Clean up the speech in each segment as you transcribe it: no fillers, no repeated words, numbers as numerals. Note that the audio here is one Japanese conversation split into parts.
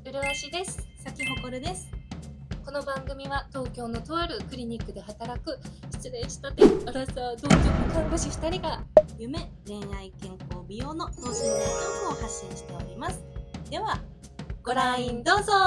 うるわしです。 咲ほこるです。 この番組は東京のとあるクリニックで働く失礼したてアラサー同居看護師2人が夢、恋愛、健康、美容の等身大トークを発信しております。ではご覧どうぞ。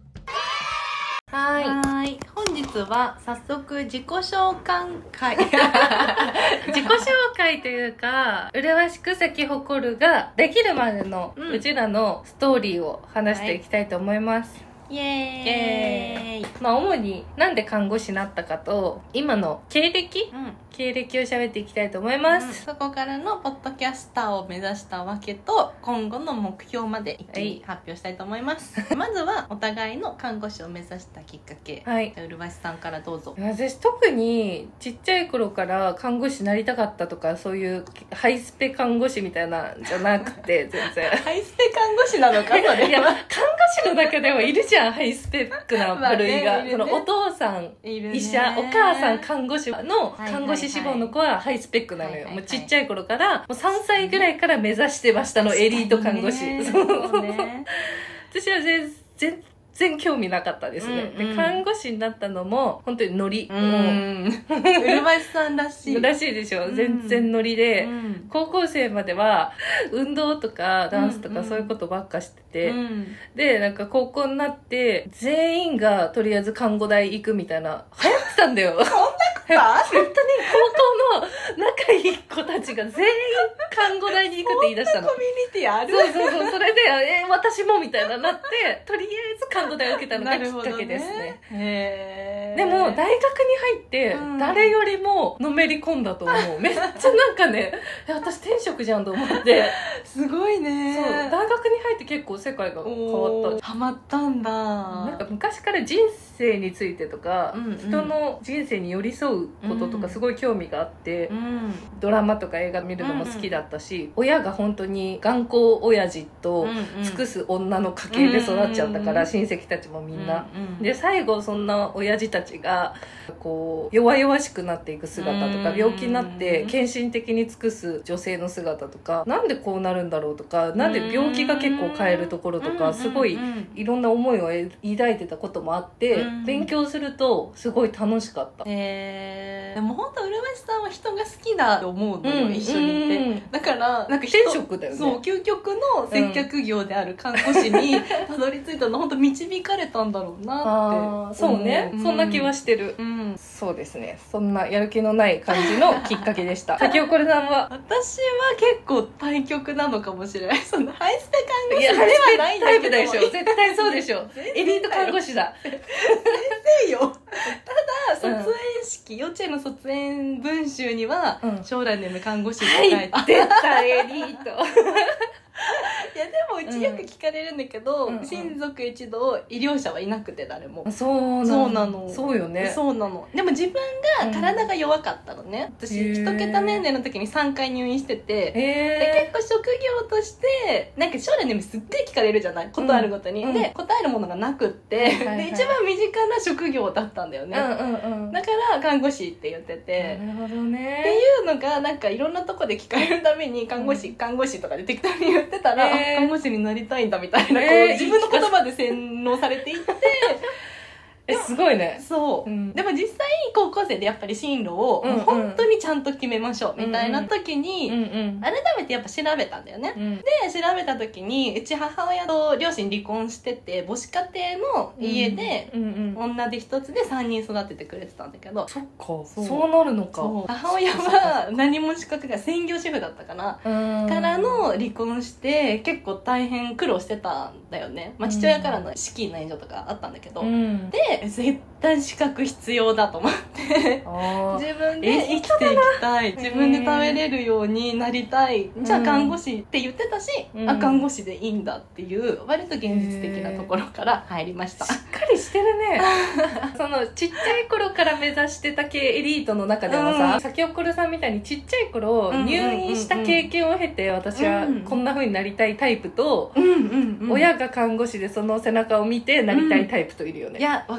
はい。本日は早速自己紹介自己紹介というか、麗しく咲き誇るができるまでのうちらのストーリーを話していきたいと思います。イエーイ。主になんで看護師になったかと今の経歴を喋っていきたいと思います、そこからのポッドキャスターを目指したわけと今後の目標まで一気に発表したいと思います、まずはお互いの看護師を目指したきっかけ、うるわしさんからどうぞ。 私特にちっちゃい頃から看護師になりたかったとかそういうハイスペ看護師みたいなんじゃなくて全然ハイスペ看護師なのかそれいや看護師の中でもいるじゃんハイスペックな部類が、そのお父さん医者お母さん看護師の看護師志望の子はハイスペックなのよ、もうちっちゃい頃からもう3歳ぐらいから目指してましたのエリート看護師、そうね私は全然興味なかったですね、で看護師になったのも本当にノリ、 うるわしさんらしいらしいでしょ、全然ノリで、高校生までは運動とかダンスとかそういうことばっかしてて、でなんか高校になって全員がとりあえず看護大行くみたいな流行ってたんだよ本当に高校の仲いい子たちが全員看護大に行くって言い出したの。 コミュニティある。 そうそれで私もみたいななってとりあえず看護大を受けたのがきっかけですね。でも大学に入って誰よりものめり込んだと思う、めっちゃなんかね私転職じゃんと思ってすごいね。 そう大学に入って結構世界が変わった。 ハマったんだ。 なんか昔から人生についてとか、人の人生に寄り添うこととかすごい興味があって、ドラマとか映画見るのも好きだったし、親が本当に頑固親父と尽くす女の家系で育っちゃったから、親戚たちもみんな、で最後そんな親父たちがこう弱々しくなっていく姿とか、病気になって献身的に尽くす女性の姿とか、なんでこうなるんだろうとか、なんで病気が結構変えるところとか、すごいいろんな思いを抱いてたこともあって、勉強するとすごい楽しかった。 でも本当うるわしさんは人が好きだと思うのよ、一緒にいて。だからなんか転職だよね。 そう究極の接客業である看護師にたどり着いたの本当導かれたんだろうなって。 そうね、そんな気はしてる、そうですね、そんなやる気のない感じのきっかけでした咲ほこるさんは？ 私は結構対極なのかもしれない。そのハイスペ看護師ではないんだけど、 タイプでしょ、絶対そうでしょエリート看護師だ先生よ。ただ卒園式、幼稚園の卒園文集には、将来の夢看護師って書いて、 出たエリートいやでもうちよく聞かれるんだけど、親族一同医療者はいなくて誰も。 そうなの。そうよね。 そうなの。でも自分が体が弱かったのね、私一桁年齢の時に3回入院してて、で結構職業としてなんか将来の夢すっごい聞かれるじゃない、ことあるごとに、で答えるものがなくって、で一番身近な職業だったんだよね、だから看護師って言ってて、 なるほどねっていうのがなんかいろんなとこで聞かれるために看護師とかで適当に言ってたら、看護師になりたいんだみたいな、こう自分の言葉で洗脳されていってすごいね。 そう、でも実際高校生でやっぱり進路を本当にちゃんと決めましょうみたいな時に改めてやっぱ調べたんだよね、で調べた時にうち母親と両親離婚してて母子家庭の家で女手一つで3人育ててくれてたんだけど、 そっか、そうなるのか。 母親は何も資格が専業主婦だったかなからの離婚して結構大変苦労してたんだよね、父親からの資金の援助とかあったんだけど、で絶対資格必要だと思って自分で生きていきたい、自分で食べれるようになりたい、じゃあ看護師って言ってたし、看護師でいいんだっていう割と現実的なところから入りました。 しっかりしてるねそのちっちゃい頃から目指してた系エリートの中でもさ、咲ほこるさんみたいにちっちゃい頃入院した経験を経て私はこんな風になりたいタイプと、親が看護師でその背中を見てなりたいタイプといるよね。 いや分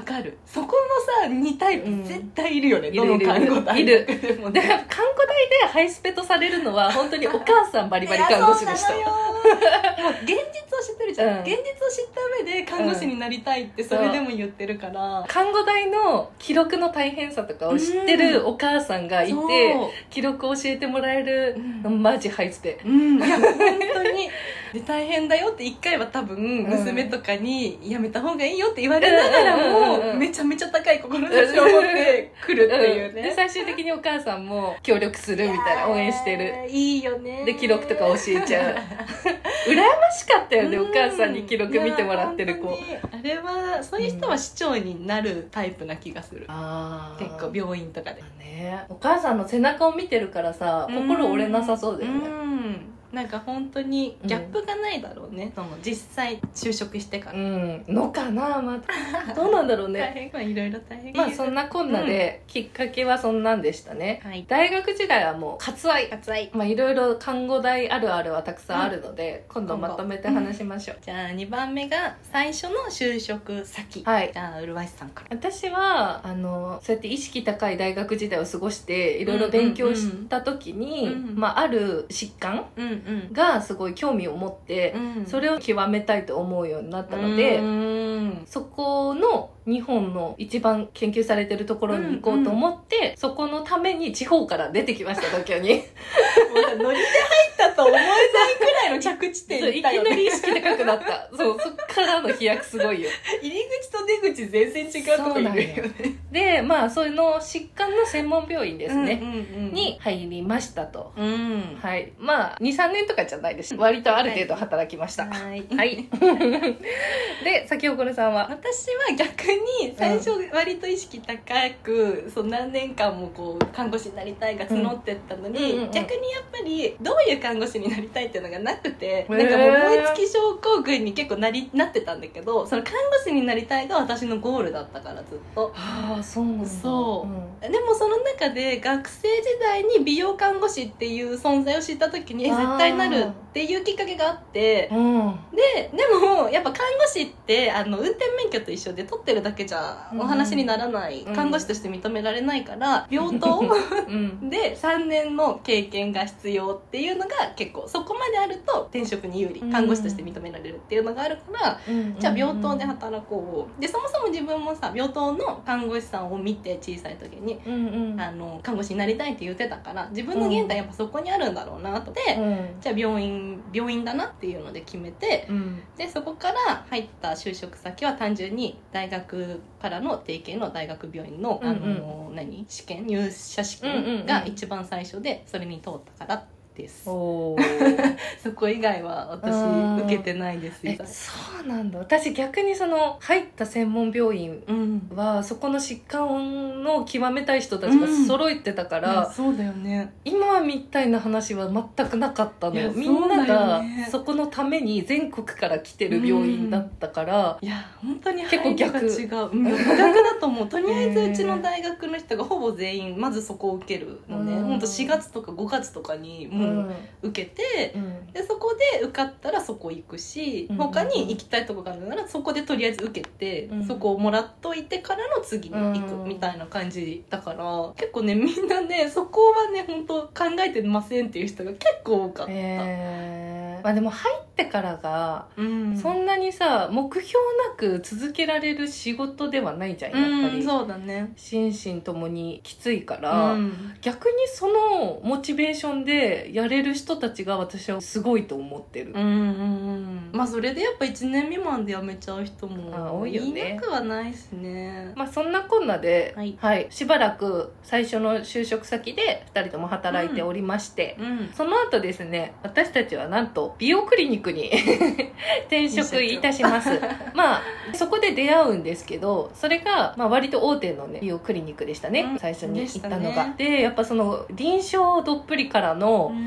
かる。そこのさ2タイプ絶対いるよね、 うんどの看護大学でもね。 で看護大でハイスペとされるのは本当にお母さんバリバリ看護師でしたいやそうなのよもう現実を知ってるじゃん、 うん現実を知った上で看護師になりたいってそれでも言ってるから、 看護大の記録の大変さとかを知ってるお母さんがいて、 そう記録を教えてもらえるのマジハイスペ。 うん、いや本当にで大変だよって1回は多分娘とかにやめた方がいいよって言われながらうんうんうんうんもめちゃめちゃ高い志を持ってくるっていうね、 で最終的にお母さんも協力するみたいな、応援してる。 いいよね。 で記録とか教えちゃう羨ましかったよね、お母さんに記録見てもらってる子。 いや本当にあれはそういう人は市長になるタイプな気がする、 あー結構病院とかでね、お母さんの背中を見てるからさ、心折れなさそうだよね。 なんか本当にギャップがないだろうね、その実際就職してから、 のかな、まあ、どうなんだろう大ね。 変、まあいろいろ大変、 まあそんなこんなで、きっかけはそんなんでしたね。 はい大学時代はもう割愛。 割愛。 まあいろいろ看護大あるあるはたくさんあるので、今度まとめて話しましょう。 じゃあ2番目が最初の就職先、 はいじゃあうるわしさんから。 私はそうやって意識高い大学時代を過ごしていろいろ勉強した時に、まあある疾患うんうんがすごい興味を持って、それを極めたいと思うようになったので、そこの日本の一番研究されてるところに行こうと思って、そこのために地方から出てきました東京に。 もうノリで入ったと思えないくらいの着地点そういきなだよね。 り意識高くなった。そう、そっからの飛躍すごいよ。 入り口と出口全然違うとこいるよね。 で、まあ、そういうの疾患の専門病院ですね。 うんに入りましたと。 うんはい。まあ、2、3年とかじゃないです。割とある程度働きました。 はいはい。で、先ほこるさんは私は逆に最初割と意識高く、そう何年間もこう看護師になりたいが募ってったのに、逆にやっぱりどういう看護師になりたいっていうのがなくて、なんかもう燃え尽き症候群に結構なってたんだけど、その看護師になりたいが私のゴールだったからずっと。 ああ、そうなんだ。 そうでもその中で学生時代に美容看護師っていう存在を知った時に絶対なるっていうきっかけがあってでもやっぱ看護師って運転免許と一緒で取ってるだけじゃお話にならない、看護師として認められないから病棟で3年の経験が必要っていうのが結構そこまであると転職に有利、看護師として認められるっていうのがあるから、じゃあ病棟で働こうで、そもそも自分もさ病棟の看護師さんを見て小さい時に看護師になりたいって言ってたから自分の原点やっぱそこにあるんだろうなとで、じゃあ病院だなっていうので決めて、でそこから入った就職先は単純に大学からの提携の大学病院の、試験入社試験が一番最初でそれに通ったからです。そこ以外は私受けてないですよ。 そうなんだ。私逆にその入った専門病院は、そこの疾患の極めたい人たちが揃えてたから、 そうだよね。 今みたいな話は全くなかったのよ。みんながそこのために全国から来てる病院だったから、 いや本当に結構逆。 違う。逆だと思う。とりあえずうちの大学の人がほぼ全員まずそこを受けるのね。本当4月とか5月とかに受けて、でそこで受かったらそこ行くし、他に行きたいとこがあるならそこでとりあえず受けて、そこをもらっといてからの次に行くみたいな感じだから、結構ねみんなねそこはね本当考えてませんっていう人が結構多かった。 まあでも入ってからが、そんなにさ目標なく続けられる仕事ではないじゃん、やっぱり。 そうだね。 心身ともにきついから、逆にそのモチベーションでやれる人たちが私はすごいと思ってる。 まあそれでやっぱ1年未満で辞めちゃう人も多いよね。 いなくはないしね。 まあそんなこんなで、しばらく最初の就職先で2人とも働いておりまして、その後ですね、私たちはなんと美容クリニックに転職いたします。まあそこで出会うんですけど、それがまあ割と大手のね美容クリニックでしたね、最初に行ったのが。でやっぱその臨床どっぷりからの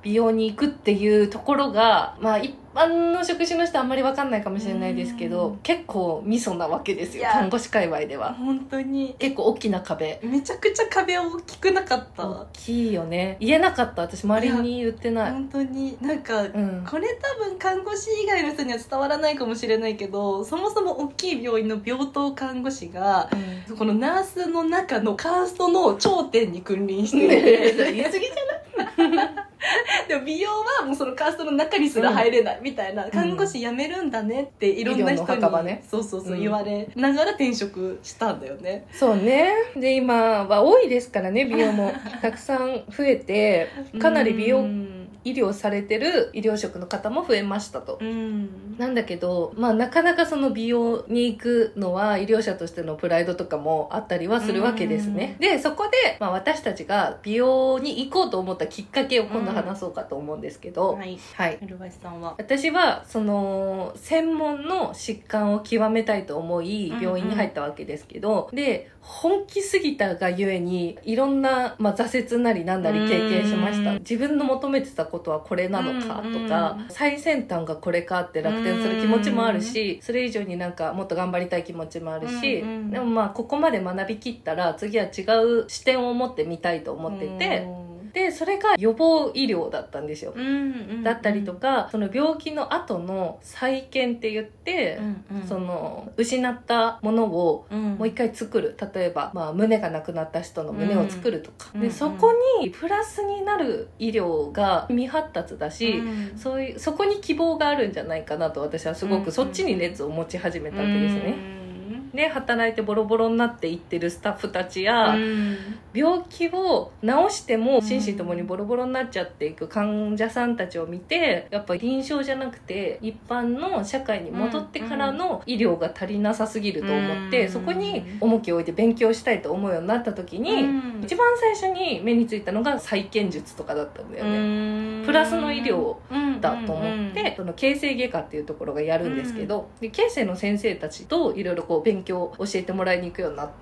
美容に行くっていうところが、まあ一般の職種の人はあんまり分かんないかもしれないですけど、結構ミソなわけですよ、看護師界隈では。 本当に結構大きな壁。 めちゃくちゃ壁大きくなかった。 大きいよね。言えなかった。私周りに言ってない。 本当になんか、これ多分看護師以外の人には伝わらないかもしれないけど、そもそも大きい病院の病棟看護師が、このナースの中のカーストの頂点に君臨している。言い過ぎじゃないでも美容はもうそのカーストの中にすら入れないみたいな、看護師辞めるんだねっていろんな人に、そう言われながら転職したんだよね。 そうね。で今は多いですからね、美容もたくさん増えて、かなり美容医療されてる医療職の方も増えましたと。なんだけど、まあなかなかその美容に行くのは医療者としてのプライドとかもあったりはするわけですね。で、そこで、まあ、私たちが美容に行こうと思ったきっかけを今度話そうかと思うんですけど、はい。 古橋さんは？ 私はその専門の疾患を極めたいと思い病院に入ったわけですけど、で本気すぎたがゆえにいろんな、まあ、挫折なりなんなり経験しました。自分の求めてたことはこれなのかとか、最先端がこれかって楽天する気持ちもあるし、それ以上になんかもっと頑張りたい気持ちもあるし、でもまあここまで学びきったら次は違う視点を持ってみたいと思ってて、でそれが予防医療だったんですよ、だったりとか、その病気の後の再建って言って、その失ったものをもう一回作る、例えば、まあ、胸がなくなった人の胸を作るとか、でそこにプラスになる医療が未発達だし、そこに希望があるんじゃないかなと、私はすごくそっちに熱を持ち始めたわけですね。で働いてボロボロになっていってるスタッフたちや、病気を治しても心身ともにボロボロになっちゃっていく患者さんたちを見て、やっぱり臨床じゃなくて一般の社会に戻ってからの医療が足りなさすぎると思って、そこに重きを置いて勉強したいと思うようになった時に、一番最初に目についたのが再建術とかだったんだよね。プラスの医療だと思って、その形成外科っていうところがやるんですけど、で形成の先生たちといろいろこう勉強を教えてもらいに行くようになって、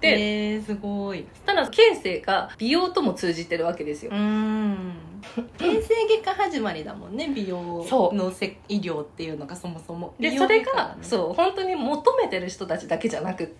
すごい。 ただ形成が美容とも通じてるわけですよ。 形成外科始まりだもんね、美容の医療っていうのがそもそも。 でそれがそう本当に求めてる人たちだけじゃなくって、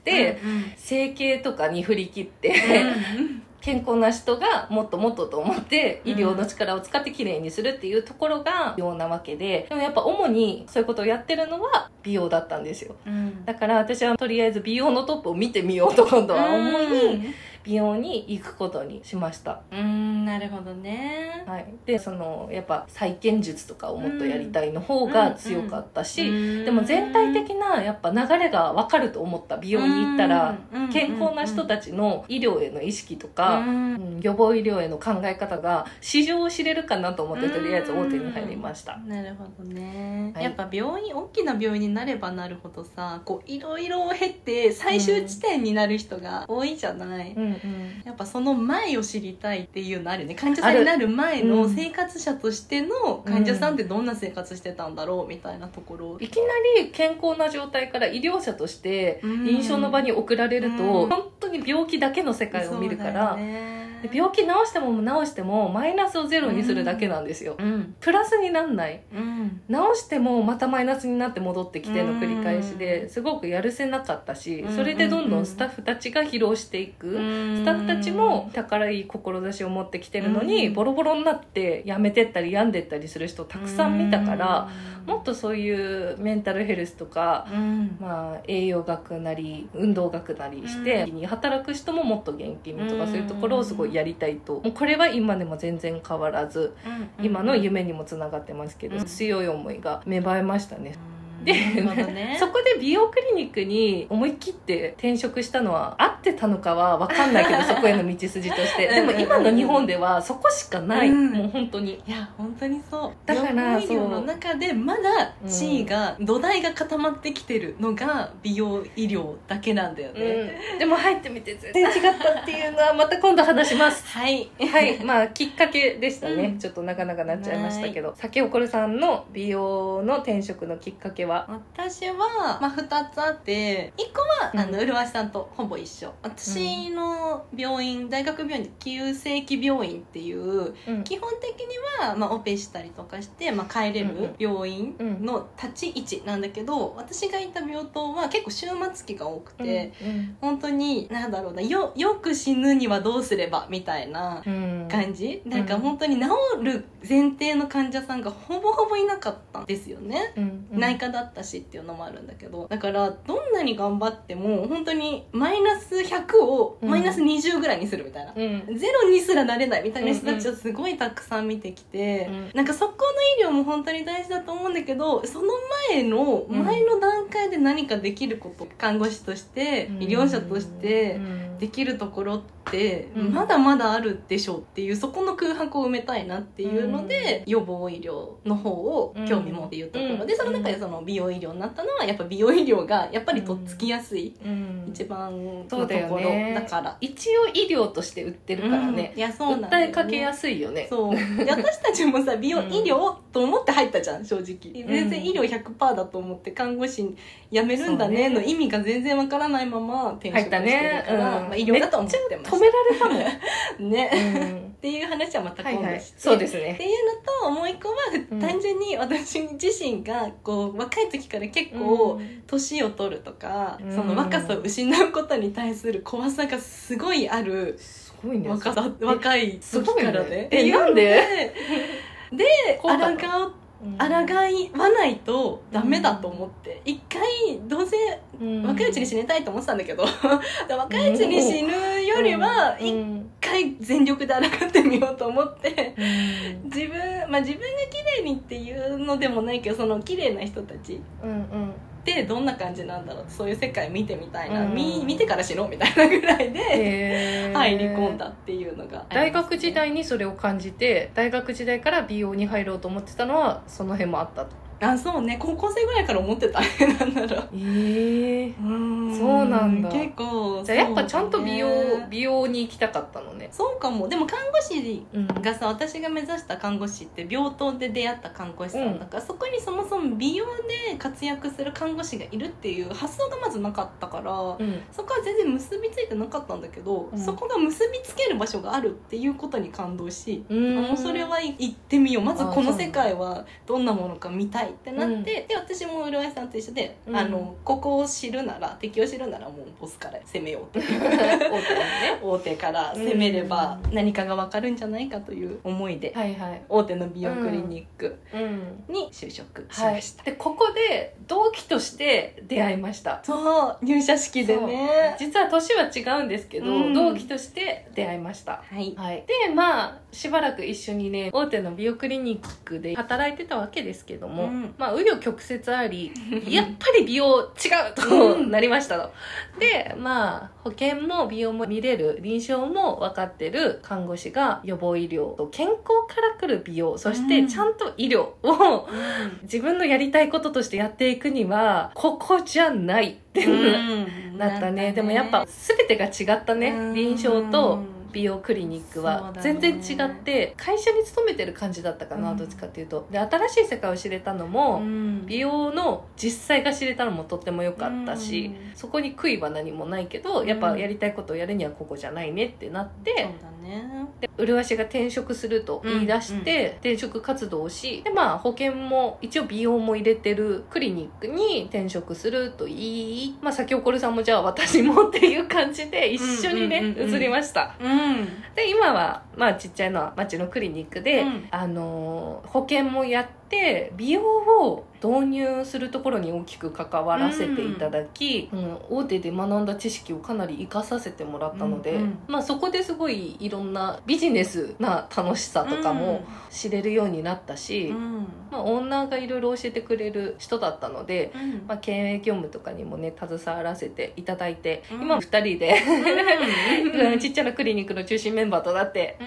整形とかに振り切って健康な人がもっともっとと思って医療の力を使ってきれいにするっていうところが美容なわけで、でもやっぱ主にそういうことをやってるのは美容だったんですよ、だから私はとりあえず美容のトップを見てみようと今度は思い、美容に行くことにしました。 なるほどね。 はい、でそのやっぱ再建術とかをもっとやりたいの方が強かったし、でも全体的なやっぱ流れが分かると思った。美容に行ったら健康な人たちの医療への意識とか、予防医療への考え方が市場を知れるかなと思って、とりあえず大手に入りました。 なるほどね、やっぱ病院、大きな病院になればなるほどさ、こういろいろを経て最終地点になる人が多いじゃない、やっぱその前を知りたいっていうのあるよね。患者さんになる前の生活者としての患者さんってどんな生活してたんだろうみたいなところ、 いきなり健康な状態から医療者として臨床の場に送られると、本当に病気だけの世界を見るから、で病気治しても治してもマイナスをゼロにするだけなんですよ、プラスになんない、治してもまたマイナスになって戻ってきての繰り返しで、すごくやるせなかったし、それでどんどんスタッフたちが疲労していく、スタッフたちも宝いい志を持ってきてるのに、ボロボロになって辞めてったり病んでったりする人をたくさん見たから、もっとそういうメンタルヘルスとか、まあ、栄養学なり運動学なりして、働く人ももっと元気にとか、そういうところをすごいやりたいと、もうこれは今でも全然変わらず、今の夢にもつながってますけど、強い思いが芽生えましたね。で、そこで美容クリニックに思い切って転職したのは合ってたのかは分かんないけどそこへの道筋としてでも今の日本ではそこしかない、もう本当に。 いや本当にそうだから医療の中でまだ地位が、土台が固まってきてるのが美容医療だけなんだよね、 でも入ってみて全然違ったっていうのはまた今度話しますはいまあきっかけでしたね、ちょっとなかなかなっちゃいましたけど、咲ほこるさんの美容の転職のきっかけは？ 私は、2つあって、1個麗しさんとほぼ一緒。私の病院、大学病院で急性期病院っていう、基本的には、オペしたりとかして、帰れる病院の立ち位置なんだけど、私がいた病棟は結構終末期が多くて、本当になんだろうな、よく死ぬにはどうすればみたいな感じ、なんか本当に治る前提の患者さんがほぼほぼいなかったんですよね、内科だったしっていうのもあるんだけど、だからどんなに頑張っても本当にマイナス100をマイナス20ぐらいにするみたいな、ゼロにすらなれないみたいな人たちをすごいたくさん見てきて、なんかそこの医療も本当に大事だと思うんだけど、その前の段階で何かできること、看護師として医療者としてできるところってまだまだあるでしょうっていう、そこの空白を埋めたいなっていうので、予防医療の方を興味持っていうところで、その中でその美容医療になったのはやっぱ美容医療がやっぱりとっつきやすい、一番のところだから、 一応医療として売ってるからね、 いやそうなんだよね、 訴えかけやすいよね。 そうで私たちもさ美容医療と思って入ったじゃん、正直。全然医療 100% だと思って看護師辞めるんだねの意味が全然わからないまま転職してるから、医療だと思ってました。 止められたもんね、っていう話はまた今度して、 そうですね。 っていうのと、もう一個は単純に私自身がこう若い時から結構年を取るとか、その若さを失うことに対する怖さがすごいある、 すごいね、 若い時からね。 なんでで抗わないとダメだと思って、一回どうせ若いうちに死にたいと思ってたんだけど若いうちに死ぬよりは一回全力で抗ってみようと思って自分が綺麗にっていうのでもないけど、その綺麗な人たちってどんな感じなんだろう、そういう世界見てみたいな、見てから死のうみたいなぐらいで入り込んだっていうのが、 大学時代にそれを感じて、大学時代から美容に入ろうと思ってたのはその辺もあったと。 そうね、高校生ぐらいから思ってたなんだろう。 そうなんだ。 結構じゃあやっぱちゃんと美容に行きたかったのね。 そうかも。でも看護師がさ、私が目指した看護師って病棟で出会った看護師さんだから、そこにそもそも美容で活躍する看護師がいるっていう発想がまずなかったから、そこは全然結びついてなかったんだけど、そこが結びつける場所があるっていうことに感動し、もうそれは行ってみよう、まずこの世界はどんなものか見たいってなって、で私も浦井さんと一緒で、ここを知るなら、敵を知るならもうボスから攻めようという大手から攻めれば何かが分かるんじゃないかという思いで、大手の美容クリニックに就職しました、 でここで同期として出会いました。 そう、入社式でね。 実は年は違うんですけど、同期として出会いました。でしばらく一緒にね、大手の美容クリニックで働いてたわけですけども、紆余曲折ありやっぱり美容違うとなりましたと。で保険も美容も見れる、臨床も分かってる看護師が予防医療と健康から来る美容、そしてちゃんと医療を自分のやりたいこととしてやっていくにはここじゃないってなったね。でもやっぱ全てが違ったね、臨床と美容クリニックは全然違って、会社に勤めてる感じだったかな、どっちかっていうと。で新しい世界を知れたのも、美容の実際が知れたのもとっても良かったし、そこに悔いは何もないけど、やっぱやりたいことをやるにはここじゃないねってなって、で麗しが転職すると言い出して、転職活動をし、で保険も一応美容も入れてるクリニックに転職すると言い、咲おこるさんもじゃあ私もっていう感じで一緒にね、移りました。で今はちっちゃいのは町のクリニックで、保険もやって美容を導入するところに大きく関わらせていただき、大手で学んだ知識をかなり活かさせてもらったので、そこですごいいろんなビジネスな楽しさとかも知れるようになったし、オーナーがいろいろ教えてくれる人だったので、経営業務とかにもね携わらせていただいて、今2人でちっちゃなクリニックの中心メンバーとなって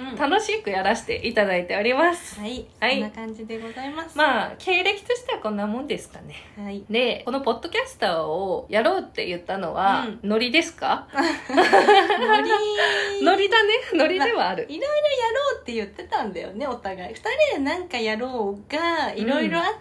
楽しくやらせていただいております。 はい、 はい、 そんな感じでございます。 まあ経歴としてはこんなもんですかね。 はい、 でこのポッドキャスターをやろうって言ったのは、ノリですか？ノリだね。ノリではある。 いろいろやろうって言ってたんだよね、お互い。2人でなんかやろうがいろいろあって、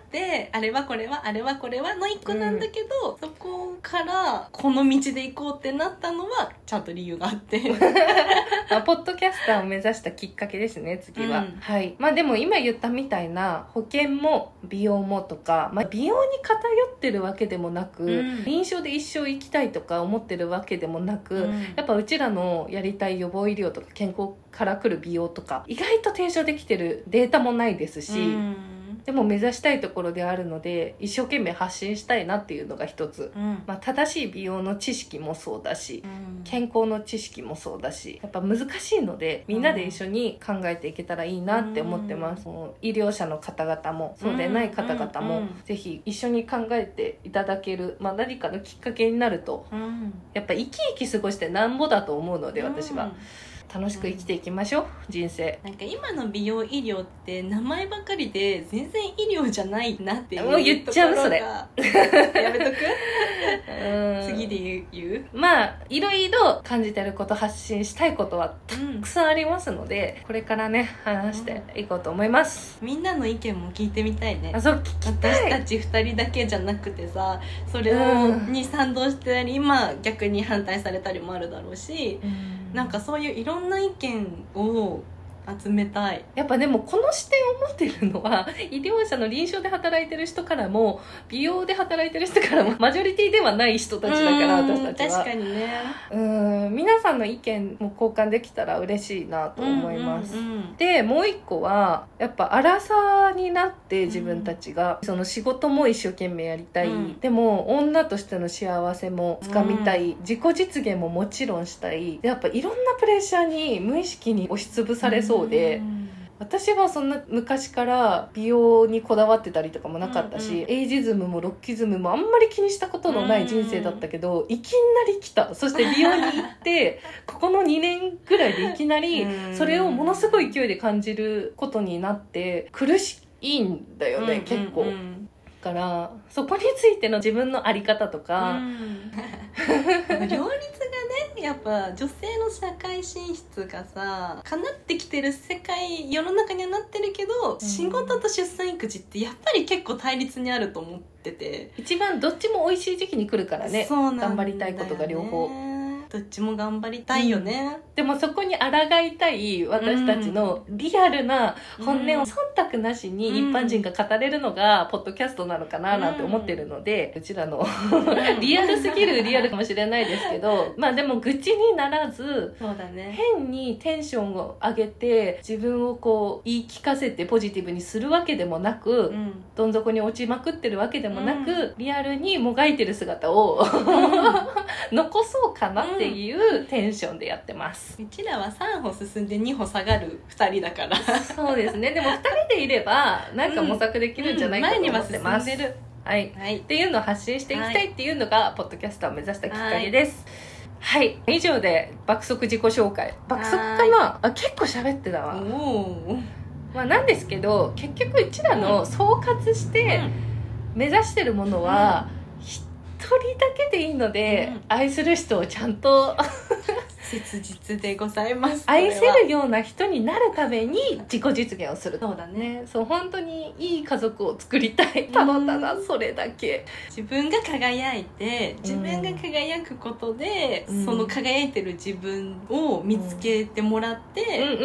あれはこれはあれはこれはの一個なんだけど、そこからこの道で行こうってなったのはちゃんと理由があってポッドキャスターを目指したきっかけですね、次は。はい。まあでも今言ったみたいな保険も美容もとか、まあ、美容に偏ってるわけでもなく、臨床で一生生きたいとか思ってるわけでもなく、やっぱうちらのやりたい予防医療とか健康から来る美容とか意外と提唱できてるデータもないですし、でも目指したいところであるので一生懸命発信したいなっていうのが一つ、まあ、正しい美容の知識もそうだし、健康の知識もそうだし、やっぱ難しいのでみんなで一緒に考えていけたらいいなって思ってます。医療者の方々もそうでない方々もぜひ一緒に考えていただける、まあ、何かのきっかけになると、やっぱ生き生き過ごしてなんぼだと思うので、私は楽しく生きていきましょう、人生。 なんか今の美容医療って名前ばかりで全然医療じゃないなっていうもう言っちゃうそれやめとく次で言うまあいろいろ感じてること発信したいことはたくさんありますので、これからね話していこうと思います。 みんなの意見も聞いてみたいね。 そう聞きたい。 私たち2人だけじゃなくてさ、それをに賛同してたり、今逆に反対されたりもあるだろうし、なんかそういういろんな意見を集めたい。 やっぱでもこの視点を持ってるのは医療者の臨床で働いてる人からも美容で働いてる人からもマジョリティではない人たちだから、私たちは確かにね。 皆さんの意見も交換できたら嬉しいなと思います。でもう一個はやっぱアラサーになって自分たちがその仕事も一生懸命やりたい、でも女としての幸せもつかみたい、自己実現ももちろんしたい。やっぱいろんなプレッシャーに無意識に押しつぶされそうで、私はそんな昔から美容にこだわってたりとかもなかったし、エイジズムもロッキズムもあんまり気にしたことのない人生だったけど、いきなり来た。そして美容に行ってここの2年ぐらいでいきなりそれをものすごい勢いで感じることになって苦しいんだよね、結構。だからそこについての自分の在り方とか、 両立がね、やっぱ女性の社会進出がさかなってきてる世界、世の中にはなってるけど、仕事と出産育児ってやっぱり結構対立にあると思ってて、 一番どっちも美味しい時期に来るからね。 そうなんだよね、 頑張りたいことが両方どっちも頑張りたいよね、 でもそこに抗いたい私たちのリアルな本音を忖度なしに一般人が語れるのがポッドキャストなのかななんて思ってるので、うちらのリアルすぎるリアルかもしれないですけど、まあでも愚痴にならず、 そうだね、 変にテンションを上げて自分をこう言い聞かせてポジティブにするわけでもなく、どん底に落ちまくってるわけでもなく、リアルにもがいてる姿を残そうかなっていうテンションでやってます。 うちらは3歩進んで2歩下がる2人だからそうですね。でも2人でいればなんか模索できるんじゃないかと思ってます。 前には進んでる。 はい、っていうのを発信していきたいっていうのが、ポッドキャスターを目指したきっかけです。はい、以上で爆速自己紹介。爆速かなあ、結構喋ってたわ。まあなんですけど、結局うちらの総括して目指してるものは、一人だけでいいので、愛する人をちゃんと切実でございます。 愛せるような人になるために自己実現をする。 そうだね。 そう、本当にいい家族を作りたい。ただただそれだけ。 自分が輝いて、自分が輝くことで、その輝いてる自分を見つけてもらって、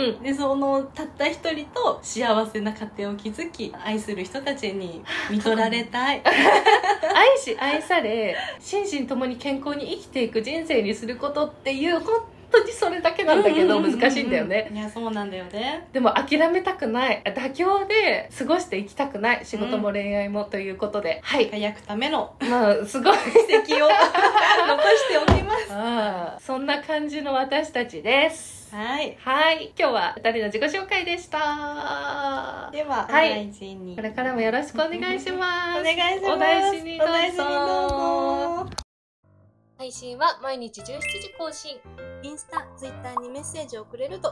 でそのたった一人と幸せな家庭を築き、愛する人たちに見とられたい。 愛し愛され、心身ともに健康に生きていく人生にすることっていう本当にそれだけなんだけど、難しいんだよね。 いや、そうなんだよね。 でも諦めたくない、妥協で過ごしていきたくない、仕事も恋愛もということで、はい、 輝くためのまあすごい奇跡を残しておきます。 そんな感じの私たちです。 はい、 はい、今日は2人の自己紹介でした。 では、 はい、 お大事に。 これからもよろしくお願いします。 お願いします。 お大事にどうぞ。 お大事にどうぞ。 配信は毎日17時更新。 インスタ、ツイッターにメッセージをくれると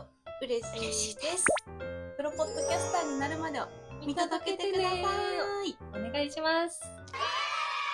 嬉しいです。プロポッドキャスターになるまでを見届けてください。 お願いします。